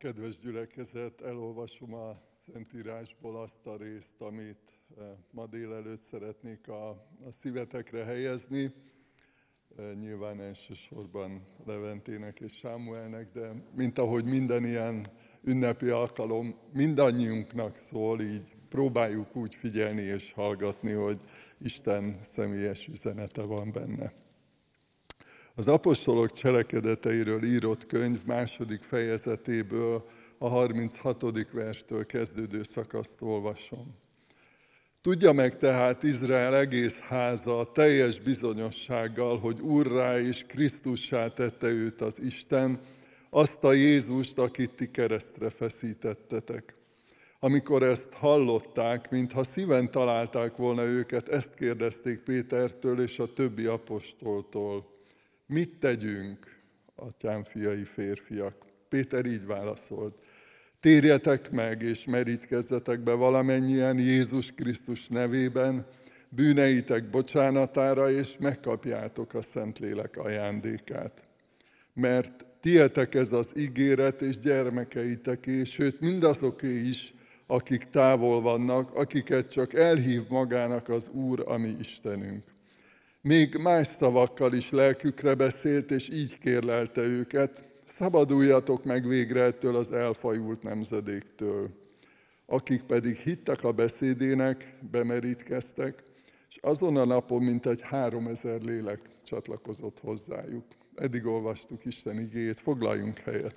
Kedves gyülekezet, elolvasom a Szentírásból azt a részt, amit ma délelőtt szeretnék a szívetekre helyezni. Nyilván elsősorban Leventének és Sámuelnek, de mint ahogy minden ilyen ünnepi alkalom mindannyiunknak szól, így próbáljuk úgy figyelni és hallgatni, hogy Isten személyes üzenete van benne. Az apostolok cselekedeteiről írott könyv második fejezetéből a 36. verstől kezdődő szakaszt olvasom. Tudja meg tehát Izrael egész háza teljes bizonyossággal, hogy Úrrá és Krisztussá tette őt az Isten, azt a Jézust, akit ti keresztre feszítettetek. Amikor ezt hallották, mintha szíven találták volna őket, ezt kérdezték Pétertől és a többi apostoltól. Mit tegyünk, atyám fiai férfiak? Péter így válaszolt. Térjetek meg és merítkezzetek be valamennyien Jézus Krisztus nevében, bűneitek bocsánatára, és megkapjátok a Szentlélek ajándékát. Mert tietek ez az ígéret, és gyermekeiteké, sőt mindazoké is, akik távol vannak, akiket csak elhív magának az Úr, a mi Istenünk. Még más szavakkal is lelkükre beszélt, és így kérlelte őket, szabaduljatok meg végre ettől az elfajult nemzedéktől. Akik pedig hittek a beszédének, bemerítkeztek, és azon a napon mintegy 3000 lélek csatlakozott hozzájuk. Eddig olvastuk Isten igéjét, foglaljunk helyet.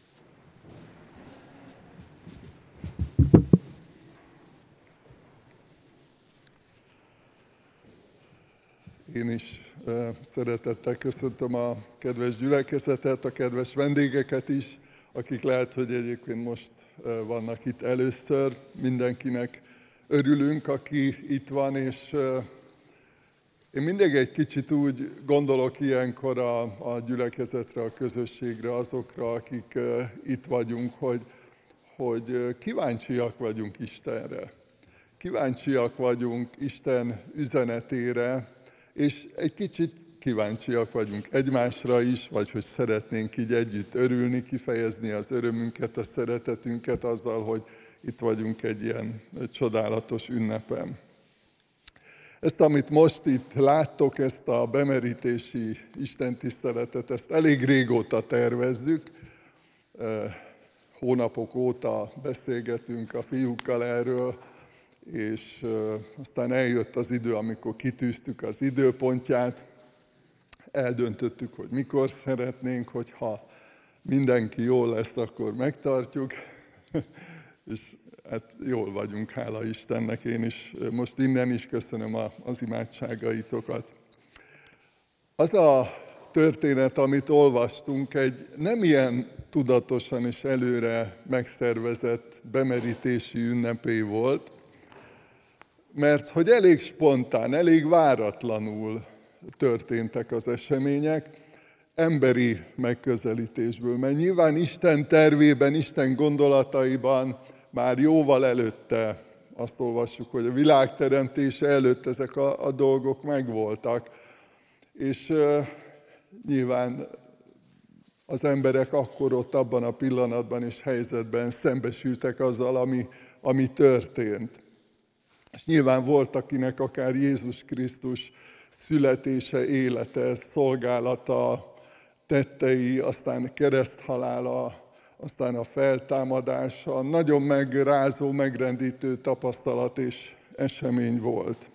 Én is szeretettel köszöntöm a kedves gyülekezetet, a kedves vendégeket is, akik lehet, hogy egyébként most vannak itt először. Mindenkinek örülünk, aki itt van, és én mindig egy kicsit úgy gondolok ilyenkor a gyülekezetre, a közösségre, azokra, akik itt vagyunk, hogy kíváncsiak vagyunk Istenre. Kíváncsiak vagyunk Isten üzenetére, és egy kicsit kíváncsiak vagyunk egymásra is, vagy hogy szeretnénk így együtt örülni, kifejezni az örömünket, a szeretetünket azzal, hogy itt vagyunk egy ilyen csodálatos ünnepen. Ezt, amit most itt láttok, ezt a bemerítési istentiszteletet, ezt elég régóta tervezzük. Hónapok óta beszélgetünk a fiúkkal erről, és aztán eljött az idő, amikor kitűztük az időpontját, eldöntöttük, hogy mikor szeretnénk, hogyha mindenki jól lesz, akkor megtartjuk, és hát jól vagyunk, hála Istennek, én is most innen is köszönöm az imádságaitokat. Az a történet, amit olvastunk, egy nem ilyen tudatosan és előre megszervezett bemerítési ünnepé volt, mert hogy elég spontán, elég váratlanul történtek az események, emberi megközelítésből, mert nyilván Isten tervében, Isten gondolataiban már jóval előtte, azt olvassuk, hogy a világ teremtése előtt ezek a dolgok megvoltak, és nyilván az emberek akkor ott abban a pillanatban és helyzetben szembesültek azzal, ami történt. És nyilván volt, akinek akár Jézus Krisztus születése, élete, szolgálata, tettei, aztán kereszthalála, aztán a feltámadása, nagyon megrázó, megrendítő tapasztalat és esemény volt.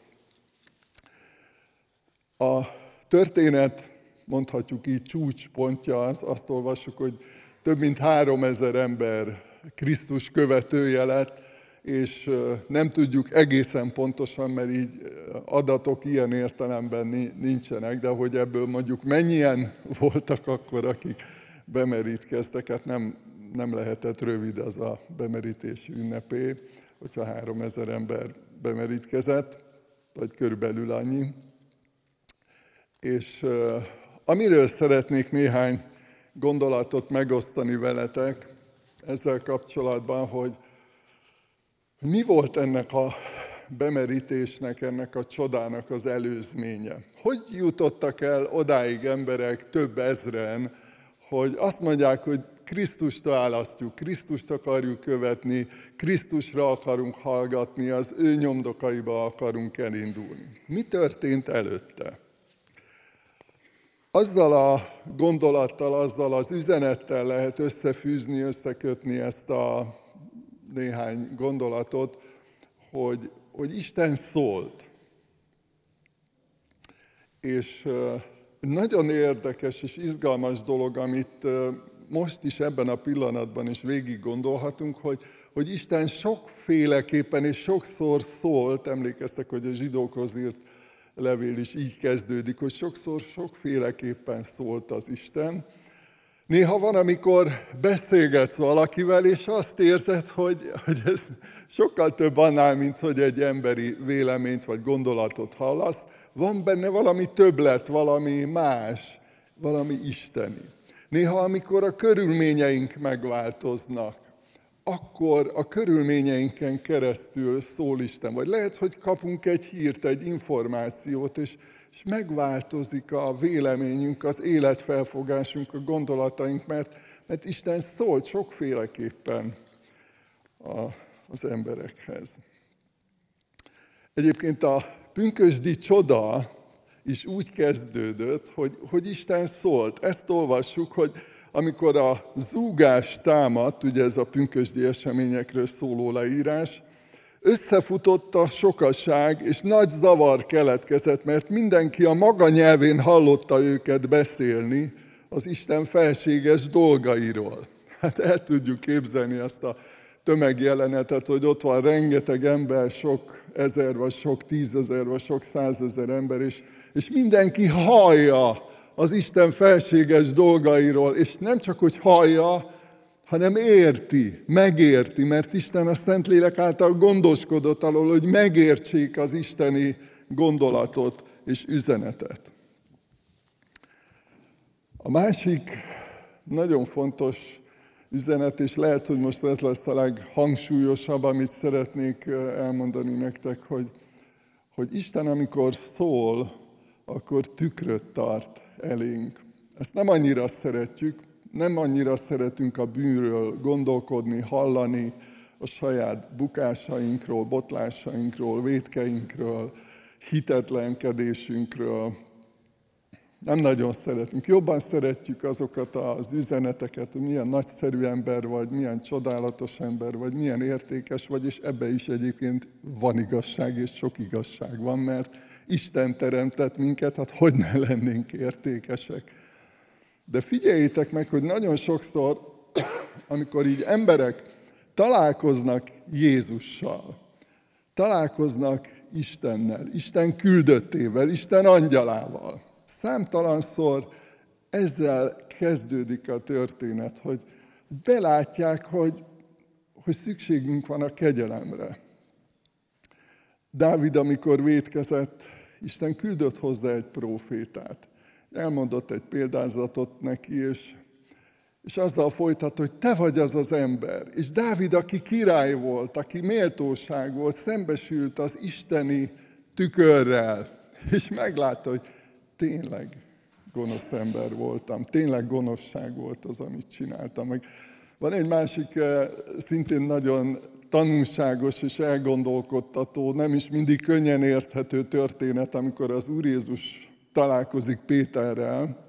A történet, mondhatjuk így, csúcspontja, azt olvassuk, hogy több mint 3000 ember Krisztus követője lett, és nem tudjuk egészen pontosan, mert így adatok ilyen értelemben nincsenek, de hogy ebből mondjuk mennyien voltak akkor, akik bemerítkeztek, hát nem lehetett rövid az a bemerítési ünnepé, hogyha 3000 ember bemerítkezett, vagy körülbelül annyi. És amiről szeretnék néhány gondolatot megosztani veletek ezzel kapcsolatban, hogy mi volt ennek a bemerítésnek, ennek a csodának az előzménye? Hogy jutottak el odáig emberek, több ezren, hogy azt mondják, hogy Krisztust választjuk, Krisztust akarjuk követni, Krisztusra akarunk hallgatni, az ő nyomdokaiba akarunk elindulni. Mi történt előtte? Azzal a gondolattal, azzal az üzenettel lehet összefűzni, összekötni ezt a néhány gondolatot, hogy Isten szólt. És nagyon érdekes és izgalmas dolog, amit most is ebben a pillanatban is végig gondolhatunk, hogy Isten sokféleképpen és sokszor szólt, emlékeztek, hogy a zsidókhoz írt levél is így kezdődik, hogy sokszor sokféleképpen szólt az Isten. Néha van, amikor beszélgetsz valakivel, és azt érzed, hogy ez sokkal több annál, mint hogy egy emberi véleményt vagy gondolatot hallasz. Van benne valami többlet, valami más, valami isteni. Néha, amikor a körülményeink megváltoznak, akkor a körülményeinken keresztül szól Isten. Vagy lehet, hogy kapunk egy hírt, egy információt, és megváltozik a véleményünk, az életfelfogásunk, a gondolataink, mert Isten szólt sokféleképpen az emberekhez. Egyébként a pünkösdi csoda is úgy kezdődött, hogy Isten szólt. Ezt olvassuk, hogy amikor a zúgás támadt, ugye ez a pünkösdi eseményekről szóló leírás, összefutott a sokaság, és nagy zavar keletkezett, mert mindenki a maga nyelvén hallotta őket beszélni az Isten felséges dolgairól. Hát el tudjuk képzelni azt a tömegjelenetet, hogy ott van rengeteg ember, sok ezer, vagy sok tízezer, vagy sok százezer ember, és mindenki hallja az Isten felséges dolgairól, és nem csak, hogy hallja, hanem érti, megérti, mert Isten a Szentlélek által gondoskodott alól, hogy megértsék az isteni gondolatot és üzenetet. A másik nagyon fontos üzenet, és lehet, hogy most ez lesz a leghangsúlyosabb, amit szeretnék elmondani nektek, hogy Isten, amikor szól, akkor tükröt tart elénk. Ezt nem annyira szeretjük, nem annyira szeretünk a bűnről gondolkodni, hallani, a saját bukásainkról, botlásainkról, vétkeinkről, hitetlenkedésünkről. Nem nagyon szeretünk. Jobban szeretjük azokat az üzeneteket, hogy milyen nagyszerű ember vagy, milyen csodálatos ember vagy, milyen értékes vagy, és ebbe is egyébként van igazság, és sok igazság van, mert Isten teremtett minket, hát hogy ne lennénk értékesek. De figyeljétek meg, hogy nagyon sokszor, amikor így emberek találkoznak Jézussal, találkoznak Istennel, Isten küldöttével, Isten angyalával, számtalanszor ezzel kezdődik a történet, hogy belátják, hogy szükségünk van a kegyelemre. Dávid, amikor vétkezett, Isten küldött hozzá egy prófétát. Elmondott egy példázatot neki, és azzal folytat, hogy te vagy az az ember. És Dávid, aki király volt, aki méltóság volt, szembesült az isteni tükörrel, és meglátta, hogy tényleg gonosz ember voltam, tényleg gonoszság volt az, amit csináltam. Meg van egy másik, szintén nagyon tanulságos és elgondolkodtató, nem is mindig könnyen érthető történet, amikor az Úr Jézus találkozik Péterrel,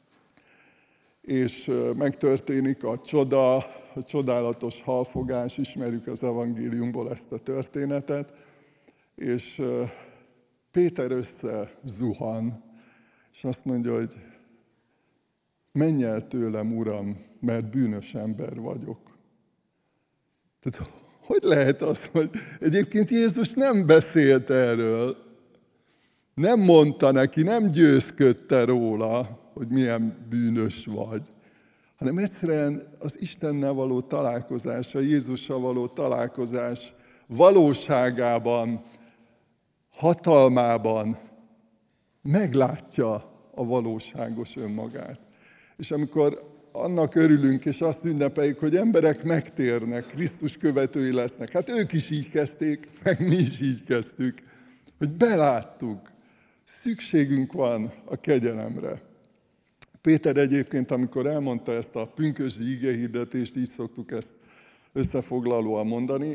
és megtörténik a csoda, a csodálatos halfogás, ismerjük az evangéliumból ezt a történetet, és Péter összezuhan, és azt mondja, hogy menj el tőlem, Uram, mert bűnös ember vagyok. Tehát hogy lehet az, hogy egyébként Jézus nem beszélt erről, nem mondta neki, nem győzködte róla, hogy milyen bűnös vagy, hanem egyszerűen az Istennel való találkozás, a Jézussal való találkozás valóságában, hatalmában meglátja a valóságos önmagát. És amikor annak örülünk, és azt ünnepeljük, hogy emberek megtérnek, Krisztus követői lesznek, hát ők is így kezdték, meg mi is így kezdtük, hogy beláttuk, szükségünk van a kegyelemre. Péter egyébként, amikor elmondta ezt a pünkösdi igehirdetést, így szoktuk ezt összefoglalóan mondani,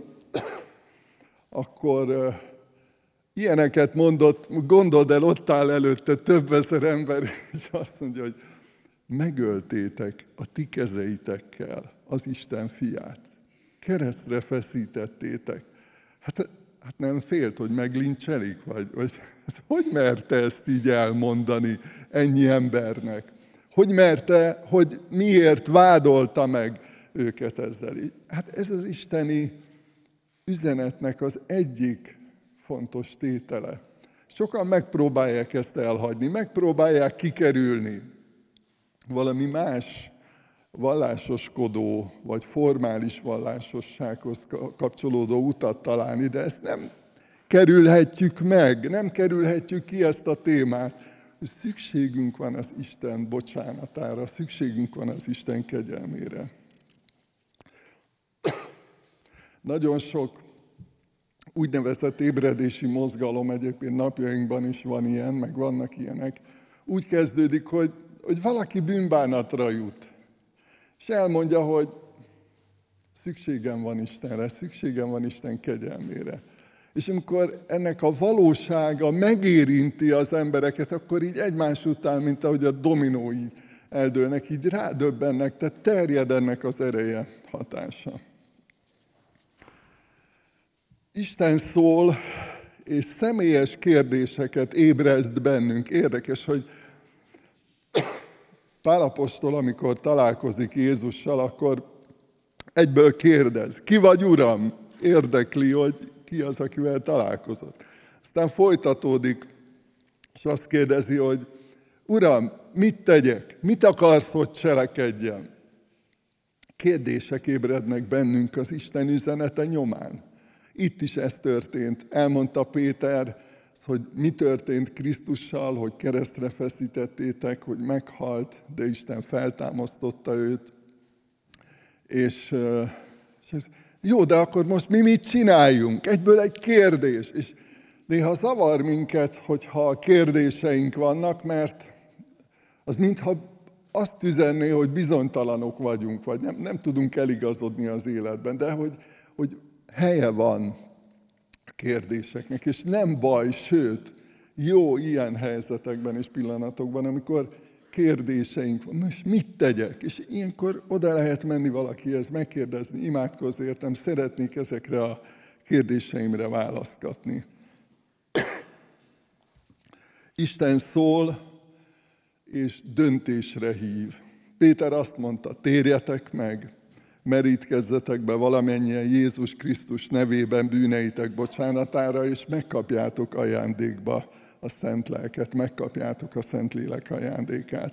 akkor ilyeneket mondott, gondold el, ott áll előtte több ezer ember, és azt mondja, hogy megöltétek a ti kezeitekkel az Isten fiát. Keresztre feszítettétek. Hát nem félt, hogy meglincselik? Vagy hogy merte ezt így elmondani ennyi embernek? Hogy merte, hogy miért vádolta meg őket ezzel? Hát ez az isteni üzenetnek az egyik fontos tétele. Sokan megpróbálják ezt elhagyni, megpróbálják kikerülni. Valami más vallásoskodó, vagy formális vallásossághoz kapcsolódó utat találni, de ezt nem kerülhetjük meg, nem kerülhetjük ki ezt a témát. Szükségünk van az Isten bocsánatára, szükségünk van az Isten kegyelmére. Nagyon sok úgynevezett ébredési mozgalom, egyébként napjainkban is van ilyen, meg vannak ilyenek, úgy kezdődik, hogy valaki bűnbánatra jut, és elmondja, hogy szükségem van Istenre, szükségem van Isten kegyelmére. És amikor ennek a valósága megérinti az embereket, akkor így egymás után, mint ahogy a dominó így eldőlnek, így rádöbbennek, tehát terjed ennek az ereje, hatása. Isten szól, és személyes kérdéseket ébreszt bennünk. Érdekes, hogy Pál apostol, amikor találkozik Jézussal, akkor egyből kérdez, ki vagy Uram? Érdekli, hogy ki az, akivel találkozott. Aztán folytatódik, és azt kérdezi, hogy Uram, mit tegyek? Mit akarsz, hogy cselekedjem? Kérdések ébrednek bennünk az Isten üzenete nyomán. Itt is ez történt. Elmondta Péter, hogy mi történt Krisztussal, hogy keresztre feszítettétek, hogy meghalt, de Isten feltámasztotta őt. És jó, de akkor most mi mit csináljunk? Egyből egy kérdés. És néha zavar minket, hogyha kérdéseink vannak, mert az mintha azt üzenné, hogy bizonytalanok vagyunk, vagy nem tudunk eligazodni az életben, de hogy helye van a kérdéseknek, és nem baj, sőt, jó ilyen helyzetekben és pillanatokban, amikor kérdéseink van, most mit tegyek? És ilyenkor oda lehet menni valakihez, megkérdezni, imádkozz értem, szeretnék ezekre a kérdéseimre választ kapni. Isten szól, és döntésre hív. Péter azt mondta, térjetek meg, merítkezzetek be valamennyien Jézus Krisztus nevében bűneitek bocsánatára, és megkapjátok ajándékba a Szent Lelket, megkapjátok a Szentlélek ajándékát.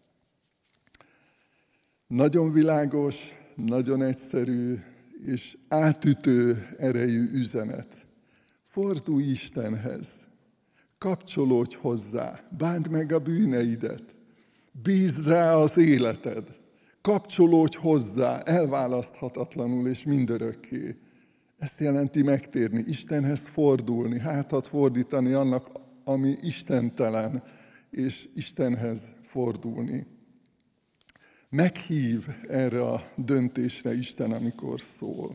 Nagyon világos, nagyon egyszerű és átütő erejű üzenet. Fordulj Istenhez, kapcsolódj hozzá, bánd meg a bűneidet, bízd rá az életed, kapcsolódj hozzá, elválaszthatatlanul és mindörökké. Ezt jelenti megtérni, Istenhez fordulni, hátat fordítani annak, ami istentelen, és Istenhez fordulni. Meghív erre a döntésre Isten, amikor szól.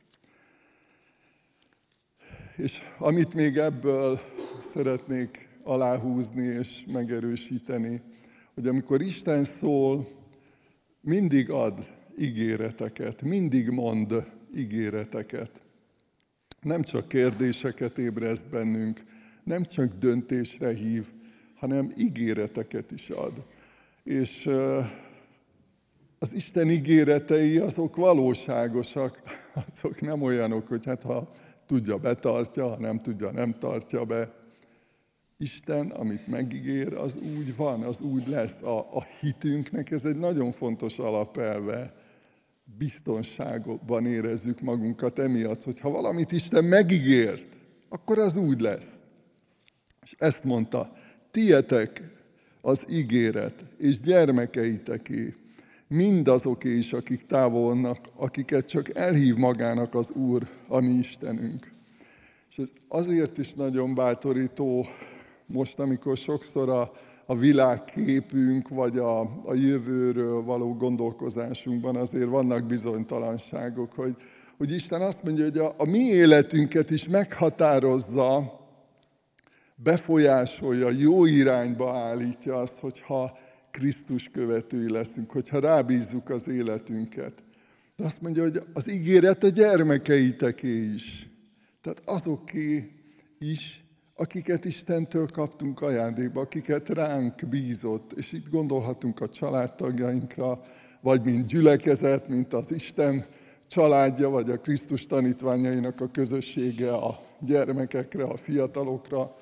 És amit még ebből szeretnék aláhúzni és megerősíteni, hogy amikor Isten szól, mindig ad ígéreteket, mindig mond ígéreteket. Nem csak kérdéseket ébreszt bennünk, nem csak döntésre hív, hanem ígéreteket is ad. És az Isten ígéretei azok valóságosak, azok nem olyanok, hogy hát ha tudja, betartja, ha nem tudja, nem tartja be. Isten, amit megígér, az úgy van, az úgy lesz. A hitünknek ez egy nagyon fontos alapelve. Biztonságban érezzük magunkat emiatt, hogy ha valamit Isten megígért, akkor az úgy lesz. És ezt mondta, tietek az ígéret, és gyermekeiteké, mindazoké is, akik távol vannak, akiket csak elhív magának az Úr, a mi Istenünk. És ez azért is nagyon bátorító most, amikor sokszor a a világképünk, vagy a jövőről való gondolkozásunkban azért vannak bizonytalanságok, hogy Isten azt mondja, hogy a mi életünket is meghatározza, befolyásolja, jó irányba állítja az, hogyha Krisztus követői leszünk, hogyha rábízzuk az életünket. De azt mondja, hogy az ígéret a gyermekeiteké is. Tehát azoké is, akiket Istentől kaptunk ajándékba, akiket ránk bízott. És itt gondolhatunk a családtagjainkra, vagy mint gyülekezet, mint az Isten családja, vagy a Krisztus tanítványainak a közössége, a gyermekekre, a fiatalokra.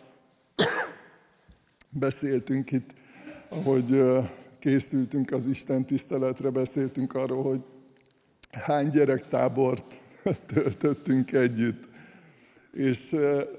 Beszéltünk itt, ahogy készültünk az Isten tiszteletre, beszéltünk arról, hogy hány gyerektábort töltöttünk együtt. És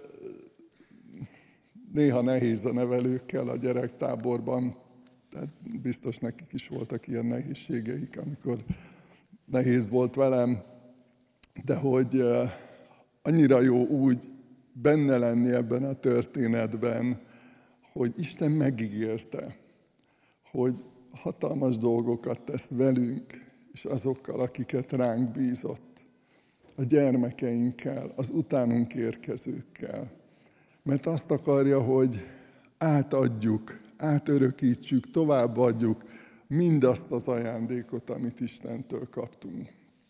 néha nehéz a nevelőkkel a gyerektáborban, tehát biztos nekik is voltak ilyen nehézségeik, amikor nehéz volt velem, de hogy annyira jó úgy benne lenni ebben a történetben, hogy Isten megígérte, hogy hatalmas dolgokat tesz velünk, és azokkal, akiket ránk bízott, a gyermekeinkkel, az utánunk érkezőkkel. Mert azt akarja, hogy átadjuk, átörökítsük, továbbadjuk mindazt az ajándékot, amit Istentől kaptunk.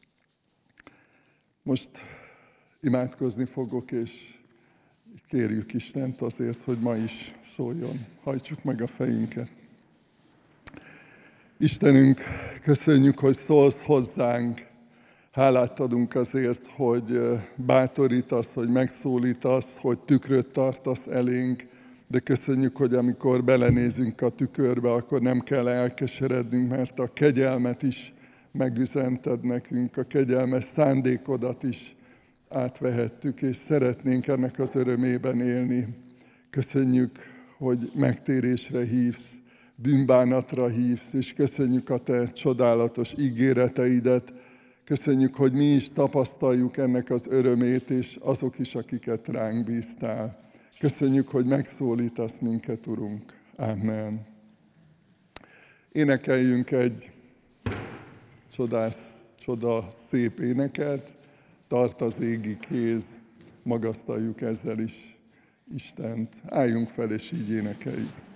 Most imádkozni fogok, és kérjük Istent azért, hogy ma is szóljon. Hajtsuk meg a fejünket. Istenünk, köszönjük, hogy szólsz hozzánk. Hálát adunk azért, hogy bátorítasz, hogy megszólítasz, hogy tükröt tartasz elénk, de köszönjük, hogy amikor belenézünk a tükörbe, akkor nem kell elkeserednünk, mert a kegyelmet is megüzented nekünk, a kegyelmes szándékodat is átvehettük, és szeretnénk ennek az örömében élni. Köszönjük, hogy megtérésre hívsz, bűnbánatra hívsz, és köszönjük a te csodálatos ígéreteidet. Köszönjük, hogy mi is tapasztaljuk ennek az örömét, és azok is, akiket ránk bíztál. Köszönjük, hogy megszólítasz minket, Urunk. Amen. Énekeljünk egy csoda szép éneket, tart az égi kéz, magasztaljuk ezzel is Istent. Álljunk fel, és így énekeljük.